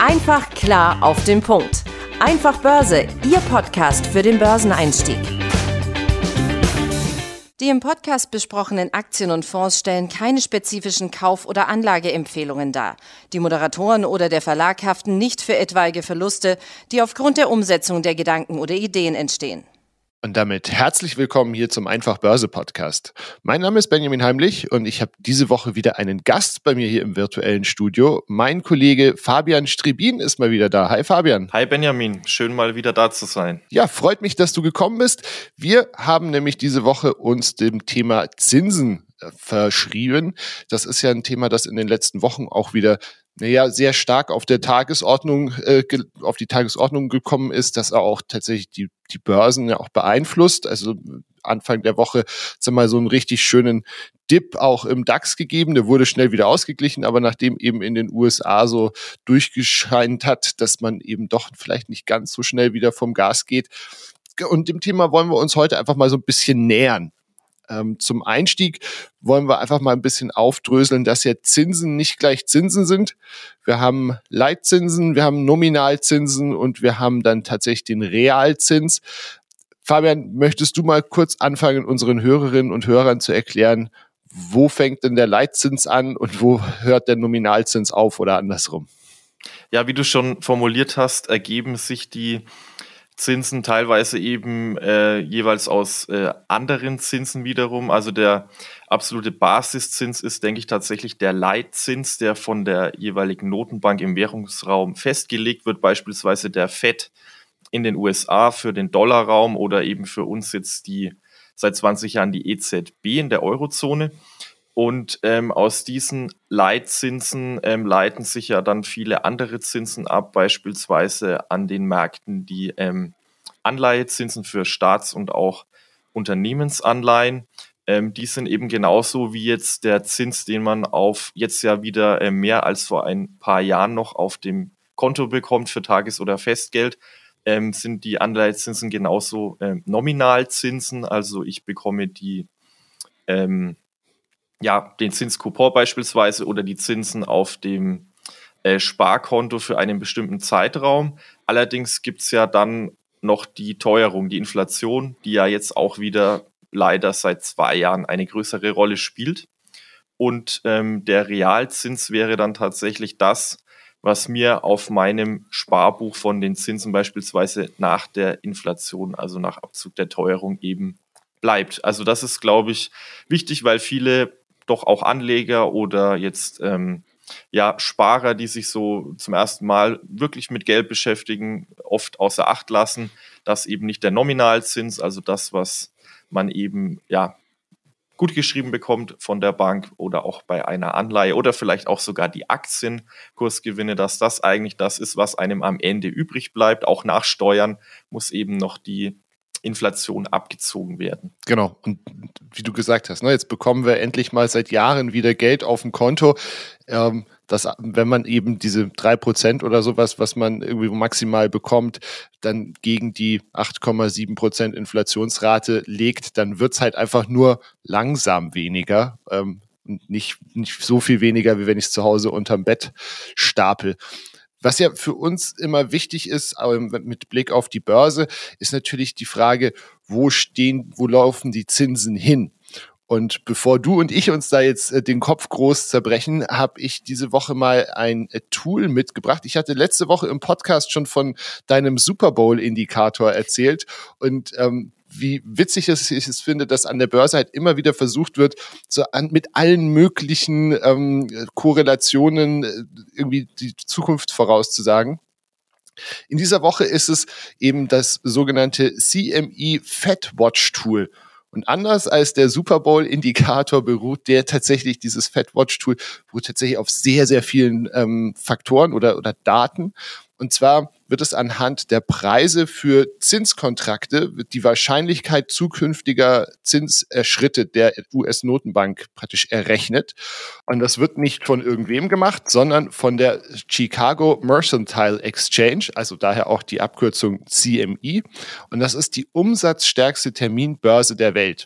Einfach klar auf den Punkt. Einfach Börse, Ihr Podcast für den Börseneinstieg. Die im Podcast besprochenen Aktien und Fonds stellen keine spezifischen Kauf- oder Anlageempfehlungen dar. Die Moderatoren oder der Verlag haften nicht für etwaige Verluste, die aufgrund der Umsetzung der Gedanken oder Ideen entstehen. Und damit herzlich willkommen hier zum Einfach Börse Podcast. Mein Name ist Benjamin Heimlich und ich habe diese Woche wieder einen Gast bei mir hier im virtuellen Studio. Mein Kollege Fabian Strebin ist mal wieder da. Hi Fabian. Hi Benjamin, schön mal wieder da zu sein. Ja, freut mich, dass du gekommen bist. Wir haben nämlich diese Woche uns dem Thema Zinsen verschrieben. Das ist ja ein Thema, das in den letzten Wochen auch wieder sehr stark auf der Tagesordnung, auf die Tagesordnung gekommen ist, dass auch tatsächlich die Börsen ja auch beeinflusst. Also Anfang der Woche hat es mal so einen richtig schönen Dip auch im DAX gegeben. Der wurde schnell wieder ausgeglichen, aber nachdem eben in den USA so durchgescheint hat, dass man eben doch vielleicht nicht ganz so schnell wieder vom Gas geht. Und dem Thema wollen wir uns heute einfach mal so ein bisschen nähern. Zum Einstieg wollen wir einfach mal ein bisschen aufdröseln, dass ja Zinsen nicht gleich Zinsen sind. Wir haben Leitzinsen, wir haben Nominalzinsen und wir haben dann tatsächlich den Realzins. Fabian, möchtest du mal kurz anfangen, unseren Hörerinnen und Hörern zu erklären, wo fängt denn der Leitzins an und wo hört der Nominalzins auf oder andersrum? Ja, wie du schon formuliert hast, ergeben sich die Zinsen teilweise eben jeweils aus anderen Zinsen wiederum. Also der absolute Basiszins ist, denke ich, tatsächlich der Leitzins, der von der jeweiligen Notenbank im Währungsraum festgelegt wird, beispielsweise der FED in den USA für den Dollarraum oder eben für uns jetzt seit 20 Jahren die EZB in der Eurozone. Und aus diesen Leitzinsen leiten sich ja dann viele andere Zinsen ab, beispielsweise an den Märkten die Anleihezinsen für Staats- und auch Unternehmensanleihen. Die sind eben genauso wie jetzt der Zins, den man auf jetzt ja wieder mehr als vor ein paar Jahren noch auf dem Konto bekommt für Tages- oder Festgeld, sind die Anleihezinsen genauso Nominalzinsen. Also ich bekomme den Zinscoupon beispielsweise oder die Zinsen auf dem Sparkonto für einen bestimmten Zeitraum. Allerdings gibt es ja dann noch die Teuerung, die Inflation, die ja jetzt auch wieder leider seit 2 Jahren eine größere Rolle spielt. Und der Realzins wäre dann tatsächlich das, was mir auf meinem Sparbuch von den Zinsen beispielsweise nach der Inflation, also nach Abzug der Teuerung eben bleibt. Also das ist, glaube ich, wichtig, weil viele doch auch Anleger oder jetzt Sparer, die sich so zum ersten Mal wirklich mit Geld beschäftigen, oft außer Acht lassen, dass eben nicht der Nominalzins, also das, was man eben gut geschrieben bekommt von der Bank oder auch bei einer Anleihe oder vielleicht auch sogar die Aktienkursgewinne, dass das eigentlich das ist, was einem am Ende übrig bleibt. Auch nach Steuern muss eben noch die Inflation abgezogen werden. Genau. Und wie du gesagt hast, jetzt bekommen wir endlich mal seit Jahren wieder Geld auf dem Konto. Wenn man eben diese 3% oder sowas, was man irgendwie maximal bekommt, dann gegen die 8,7% Inflationsrate legt, dann wird es halt einfach nur langsam weniger. Nicht so viel weniger, wie wenn ich es zu Hause unterm Bett stapel. Was ja für uns immer wichtig ist, mit Blick auf die Börse, ist natürlich die Frage, wo laufen die Zinsen hin? Und bevor du und ich uns da jetzt den Kopf groß zerbrechen, habe ich diese Woche mal ein Tool mitgebracht. Ich hatte letzte Woche im Podcast schon von deinem Super Bowl-Indikator erzählt und wie witzig ich es finde, dass an der Börse halt immer wieder versucht wird, mit allen möglichen Korrelationen irgendwie die Zukunft vorauszusagen. In dieser Woche ist es eben das sogenannte CME FedWatch Tool. Und anders als der Super Bowl-Indikator beruht dieses FedWatch-Tool beruht tatsächlich auf sehr, sehr vielen Faktoren oder Daten. Und zwar wird es anhand der Preise für Zinskontrakte, wird die Wahrscheinlichkeit zukünftiger Zinsschritte der US-Notenbank praktisch errechnet. Und das wird nicht von irgendwem gemacht, sondern von der Chicago Mercantile Exchange, also daher auch die Abkürzung CME. Und das ist die umsatzstärkste Terminbörse der Welt.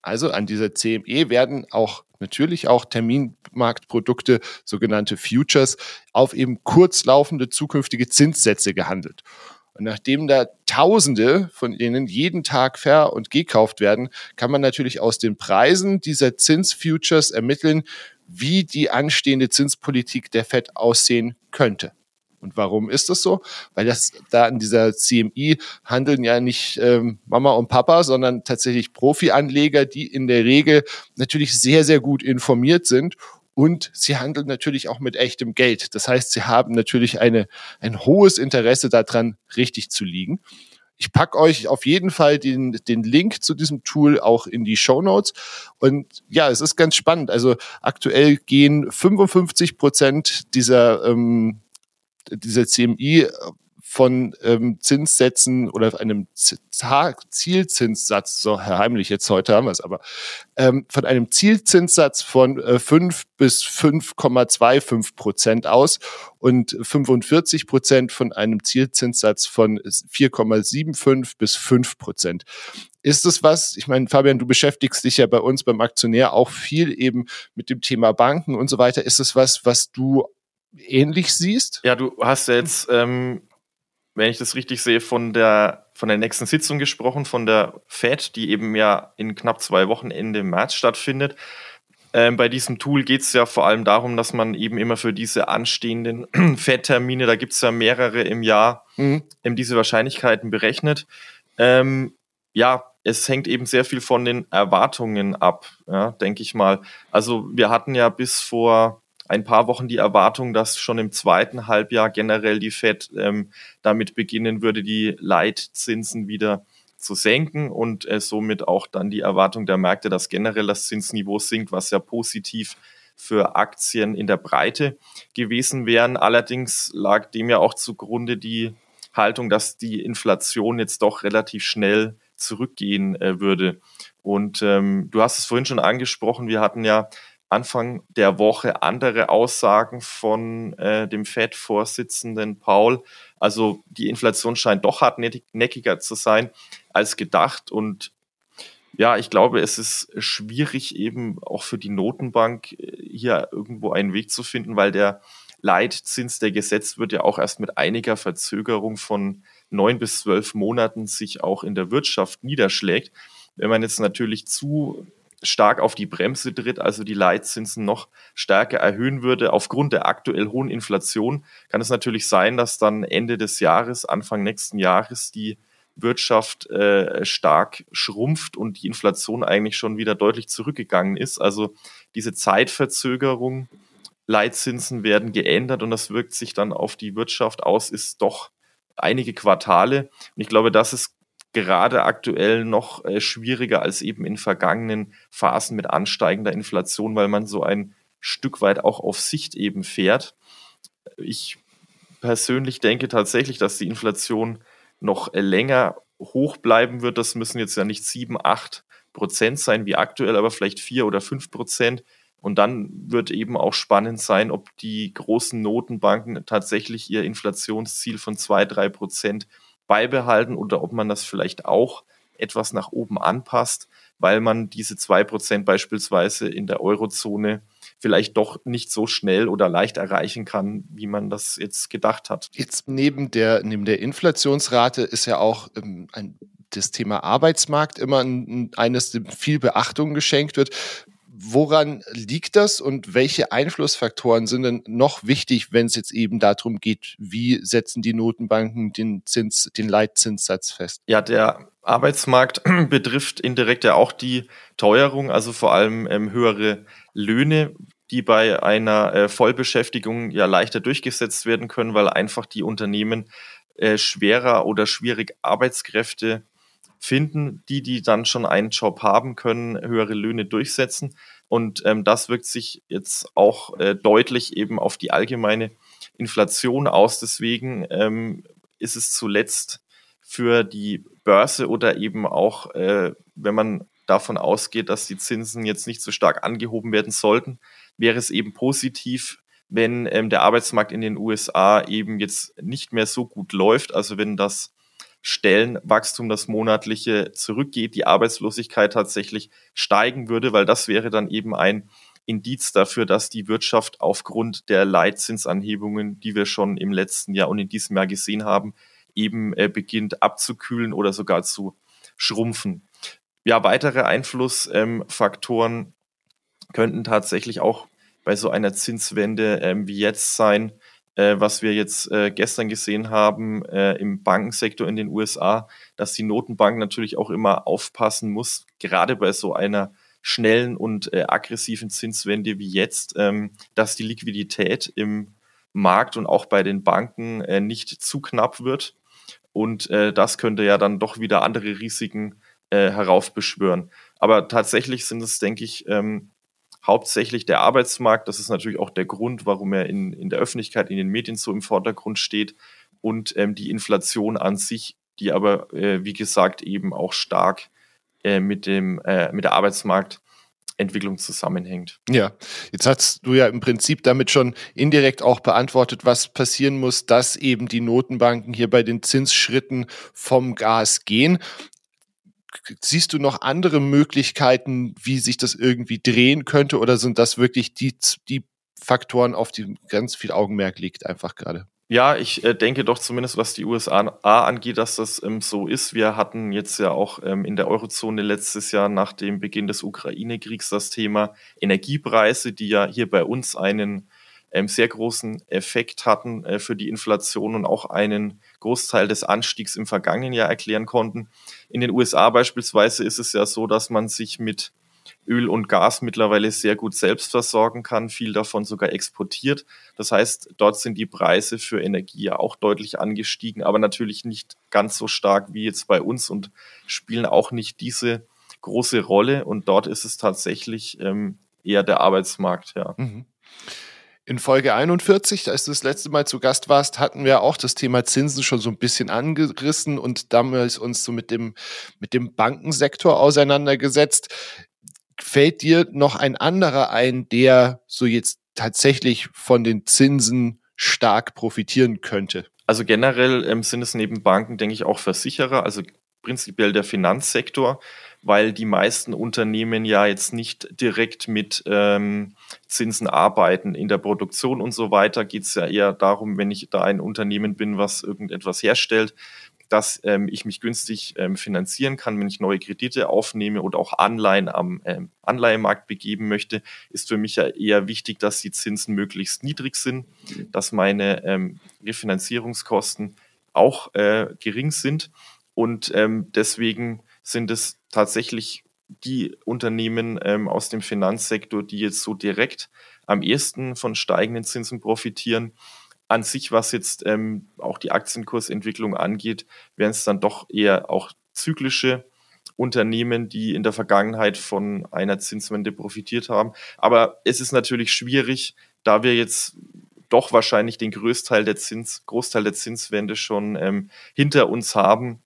Also an dieser CME werden natürlich auch Terminmarktprodukte, sogenannte Futures, auf eben kurzlaufende zukünftige Zinssätze gehandelt. Und nachdem da Tausende von ihnen jeden Tag ver- und gekauft werden, kann man natürlich aus den Preisen dieser Zinsfutures ermitteln, wie die anstehende Zinspolitik der Fed aussehen könnte. Und warum ist das so? Weil das da in dieser CME handeln ja nicht Mama und Papa, sondern tatsächlich Profi-Anleger, die in der Regel natürlich sehr, sehr gut informiert sind. Und sie handeln natürlich auch mit echtem Geld. Das heißt, sie haben natürlich ein hohes Interesse daran, richtig zu liegen. Ich packe euch auf jeden Fall den Link zu diesem Tool auch in die Shownotes. Und ja, es ist ganz spannend. Also aktuell gehen 55% dieser CMI von Zinssätzen oder einem Zielzinssatz, so Herr Heimlich, jetzt heute haben wir es aber, von einem Zielzinssatz von 5 bis 5,25% aus und 45% von einem Zielzinssatz von 4,75 bis 5%. Ist es was, ich meine, Fabian, du beschäftigst dich ja bei uns beim Aktionär auch viel eben mit dem Thema Banken und so weiter. Ist es was du ähnlich siehst? Ja, du hast ja jetzt, wenn ich das richtig sehe, von der nächsten Sitzung gesprochen, von der Fed, die eben ja in knapp 2 Wochen Ende März stattfindet. Bei diesem Tool geht es ja vor allem darum, dass man eben immer für diese anstehenden Fed-Termine, da gibt es ja mehrere im Jahr, diese Wahrscheinlichkeiten berechnet. Ja, es hängt eben sehr viel von den Erwartungen ab, ja, denke ich mal. Also wir hatten ja bis vor ein paar Wochen die Erwartung, dass schon im zweiten Halbjahr generell die Fed damit beginnen würde, die Leitzinsen wieder zu senken und somit auch dann die Erwartung der Märkte, dass generell das Zinsniveau sinkt, was ja positiv für Aktien in der Breite gewesen wären. Allerdings lag dem ja auch zugrunde die Haltung, dass die Inflation jetzt doch relativ schnell zurückgehen würde. Und du hast es vorhin schon angesprochen, wir hatten ja Anfang der Woche andere Aussagen von dem Fed-Vorsitzenden Paul. Also die Inflation scheint doch hartnäckiger zu sein als gedacht. Und ja, ich glaube, es ist schwierig eben auch für die Notenbank hier irgendwo einen Weg zu finden, weil der Leitzins, der gesetzt wird, ja auch erst mit einiger Verzögerung von 9 bis 12 Monaten sich auch in der Wirtschaft niederschlägt. Wenn man jetzt natürlich zu stark auf die Bremse tritt, also die Leitzinsen noch stärker erhöhen würde, aufgrund der aktuell hohen Inflation, kann es natürlich sein, dass dann Ende des Jahres, Anfang nächsten Jahres die Wirtschaft stark schrumpft und die Inflation eigentlich schon wieder deutlich zurückgegangen ist. Also diese Zeitverzögerung, Leitzinsen werden geändert und das wirkt sich dann auf die Wirtschaft aus, ist doch einige Quartale. Und ich glaube, das ist gerade aktuell noch schwieriger als eben in vergangenen Phasen mit ansteigender Inflation, weil man so ein Stück weit auch auf Sicht eben fährt. Ich persönlich denke tatsächlich, dass die Inflation noch länger hoch bleiben wird. Das müssen jetzt ja nicht 7-8% sein wie aktuell, aber vielleicht 4 oder 5%. Und dann wird eben auch spannend sein, ob die großen Notenbanken tatsächlich ihr Inflationsziel von 2-3% beibehalten oder ob man das vielleicht auch etwas nach oben anpasst, weil man diese 2% beispielsweise in der Eurozone vielleicht doch nicht so schnell oder leicht erreichen kann, wie man das jetzt gedacht hat. Jetzt neben der Inflationsrate ist ja auch das Thema Arbeitsmarkt immer eines, dem viel Beachtung geschenkt wird. Woran liegt das und welche Einflussfaktoren sind denn noch wichtig, wenn es jetzt eben darum geht, wie setzen die Notenbanken den Leitzinssatz fest? Ja, der Arbeitsmarkt betrifft indirekt ja auch die Teuerung, also vor allem höhere Löhne, die bei einer Vollbeschäftigung ja leichter durchgesetzt werden können, weil einfach die Unternehmen schwerer oder schwierig Arbeitskräfte finden, die dann schon einen Job haben können, höhere Löhne durchsetzen. Und das wirkt sich jetzt auch deutlich eben auf die allgemeine Inflation aus. Deswegen ist es zuletzt für die Börse oder eben auch, wenn man davon ausgeht, dass die Zinsen jetzt nicht so stark angehoben werden sollten, wäre es eben positiv, wenn der Arbeitsmarkt in den USA eben jetzt nicht mehr so gut läuft. Also wenn das Stellenwachstum, das monatliche, zurückgeht, die Arbeitslosigkeit tatsächlich steigen würde, weil das wäre dann eben ein Indiz dafür, dass die Wirtschaft aufgrund der Leitzinsanhebungen, die wir schon im letzten Jahr und in diesem Jahr gesehen haben, eben beginnt abzukühlen oder sogar zu schrumpfen. Ja, weitere Einflussfaktoren könnten tatsächlich auch bei so einer Zinswende wie jetzt sein, was wir jetzt gestern gesehen haben im Bankensektor in den USA, dass die Notenbank natürlich auch immer aufpassen muss, gerade bei so einer schnellen und aggressiven Zinswende wie jetzt, dass die Liquidität im Markt und auch bei den Banken nicht zu knapp wird. Und das könnte ja dann doch wieder andere Risiken heraufbeschwören. Aber tatsächlich sind es, denke ich, hauptsächlich der Arbeitsmarkt. Das ist natürlich auch der Grund, warum er in der Öffentlichkeit, in den Medien so im Vordergrund steht. Und die Inflation an sich, die aber, wie gesagt, eben auch stark mit der Arbeitsmarktentwicklung zusammenhängt. Ja, jetzt hast du ja im Prinzip damit schon indirekt auch beantwortet, was passieren muss, dass eben die Notenbanken hier bei den Zinsschritten vom Gas gehen. Siehst du noch andere Möglichkeiten, wie sich das irgendwie drehen könnte, oder sind das wirklich die Faktoren, auf die ganz viel Augenmerk liegt einfach gerade? Ja, ich denke doch zumindest, was die USA angeht, dass das so ist. Wir hatten jetzt ja auch in der Eurozone letztes Jahr nach dem Beginn des Ukraine-Kriegs das Thema Energiepreise, die ja hier bei uns einen sehr großen Effekt hatten für die Inflation und auch einen Großteil des Anstiegs im vergangenen Jahr erklären konnten. In den USA beispielsweise ist es ja so, dass man sich mit Öl und Gas mittlerweile sehr gut selbst versorgen kann, viel davon sogar exportiert. Das heißt, dort sind die Preise für Energie ja auch deutlich angestiegen, aber natürlich nicht ganz so stark wie jetzt bei uns und spielen auch nicht diese große Rolle. Und dort ist es tatsächlich eher der Arbeitsmarkt, ja. Mhm. In Folge 41, als du das letzte Mal zu Gast warst, hatten wir auch das Thema Zinsen schon so ein bisschen angerissen und damals uns so mit dem Bankensektor auseinandergesetzt. Fällt dir noch ein anderer ein, der so jetzt tatsächlich von den Zinsen stark profitieren könnte? Also generell sind es neben Banken, denke ich, auch Versicherer, also prinzipiell der Finanzsektor, weil die meisten Unternehmen ja jetzt nicht direkt mit Zinsen arbeiten. In der Produktion und so weiter geht es ja eher darum, wenn ich da ein Unternehmen bin, was irgendetwas herstellt, dass ich mich günstig finanzieren kann, wenn ich neue Kredite aufnehme oder auch Anleihen am Anleihemarkt begeben möchte, ist für mich ja eher wichtig, dass die Zinsen möglichst niedrig sind, dass meine Refinanzierungskosten auch gering sind. Und deswegen sind es tatsächlich die Unternehmen aus dem Finanzsektor, die jetzt so direkt am ehesten von steigenden Zinsen profitieren. An sich, was jetzt auch die Aktienkursentwicklung angeht, wären es dann doch eher auch zyklische Unternehmen, die in der Vergangenheit von einer Zinswende profitiert haben. Aber es ist natürlich schwierig, da wir jetzt doch wahrscheinlich den Großteil der Zinswende schon hinter uns haben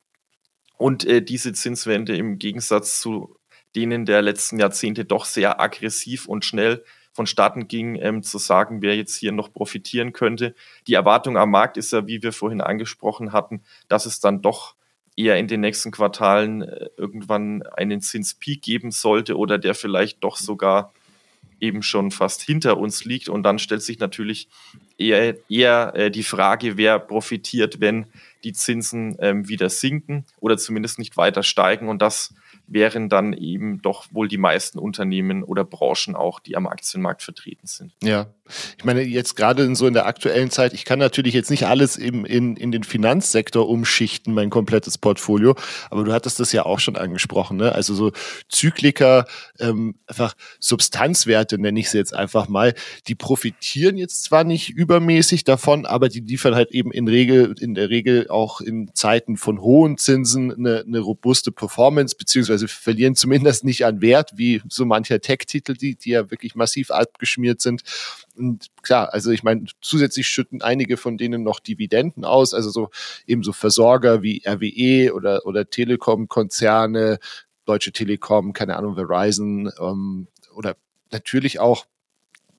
und diese Zinswende im Gegensatz zu denen der letzten Jahrzehnte doch sehr aggressiv und schnell vonstatten ging, zu sagen, wer jetzt hier noch profitieren könnte. Die Erwartung am Markt ist ja, wie wir vorhin angesprochen hatten, dass es dann doch eher in den nächsten Quartalen irgendwann einen Zinspeak geben sollte oder der vielleicht doch sogar eben schon fast hinter uns liegt. Und dann stellt sich natürlich eher die Frage, wer profitiert, wenn die Zinsen wieder sinken oder zumindest nicht weiter steigen. Und das wären dann eben doch wohl die meisten Unternehmen oder Branchen auch, die am Aktienmarkt vertreten sind. Ja, ich meine, jetzt gerade in der aktuellen Zeit, ich kann natürlich jetzt nicht alles in den Finanzsektor umschichten, mein komplettes Portfolio, aber du hattest das ja auch schon angesprochen, ne? Also so Zyklika, einfach Substanzwerte, nenne ich sie jetzt einfach mal, die profitieren jetzt zwar nicht übermäßig davon, aber die liefern halt eben in der Regel auch in Zeiten von hohen Zinsen eine robuste Performance, beziehungsweise verlieren zumindest nicht an Wert, wie so mancher Tech-Titel, die ja wirklich massiv abgeschmiert sind. Und klar, also ich meine, zusätzlich schütten einige von denen noch Dividenden aus, also so eben so Versorger wie RWE oder Telekom-Konzerne, Deutsche Telekom, keine Ahnung, Verizon oder natürlich auch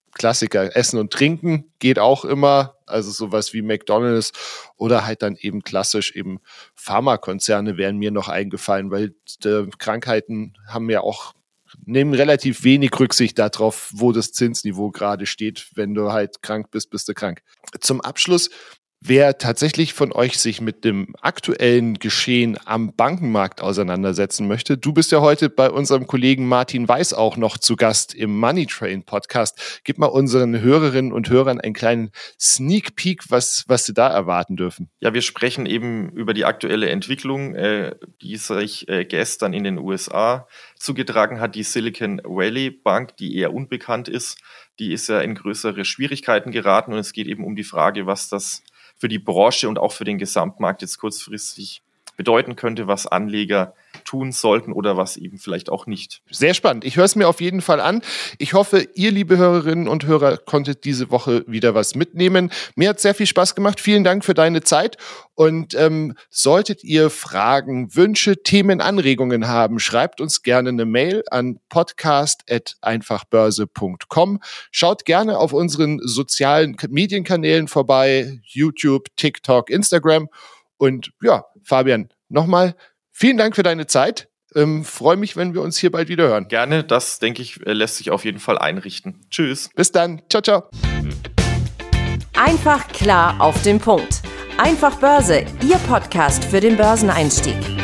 Klassiker, Essen und Trinken geht auch immer, also sowas wie McDonald's oder halt dann eben klassisch eben Pharmakonzerne wären mir noch eingefallen, weil Krankheiten haben ja auch, nehmen relativ wenig Rücksicht darauf, wo das Zinsniveau gerade steht. Wenn du halt krank bist, bist du krank. Zum Abschluss, wer tatsächlich von euch sich mit dem aktuellen Geschehen am Bankenmarkt auseinandersetzen möchte, du bist ja heute bei unserem Kollegen Martin Weiß auch noch zu Gast im Money Train Podcast. Gib mal unseren Hörerinnen und Hörern einen kleinen Sneak Peek, was sie da erwarten dürfen. Ja, wir sprechen eben über die aktuelle Entwicklung, die sich gestern in den USA zugetragen hat. Die Silicon Valley Bank, die eher unbekannt ist, die ist ja in größere Schwierigkeiten geraten und es geht eben um die Frage, was das für die Branche und auch für den Gesamtmarkt jetzt kurzfristig bedeuten könnte, was Anleger tun sollten oder was eben vielleicht auch nicht. Sehr spannend. Ich höre es mir auf jeden Fall an. Ich hoffe, ihr, liebe Hörerinnen und Hörer, konntet diese Woche wieder was mitnehmen. Mir hat sehr viel Spaß gemacht. Vielen Dank für deine Zeit. Und solltet ihr Fragen, Wünsche, Themen, Anregungen haben, schreibt uns gerne eine Mail an podcast@einfachbörse.com. Schaut gerne auf unseren sozialen Medienkanälen vorbei, YouTube, TikTok, Instagram. Und ja, Fabian, nochmal vielen Dank für deine Zeit. Freue mich, wenn wir uns hier bald wieder hören. Gerne, das denke ich, lässt sich auf jeden Fall einrichten. Tschüss. Bis dann. Ciao, ciao. Einfach klar auf den Punkt. Einfach Börse, Ihr Podcast für den Börseneinstieg.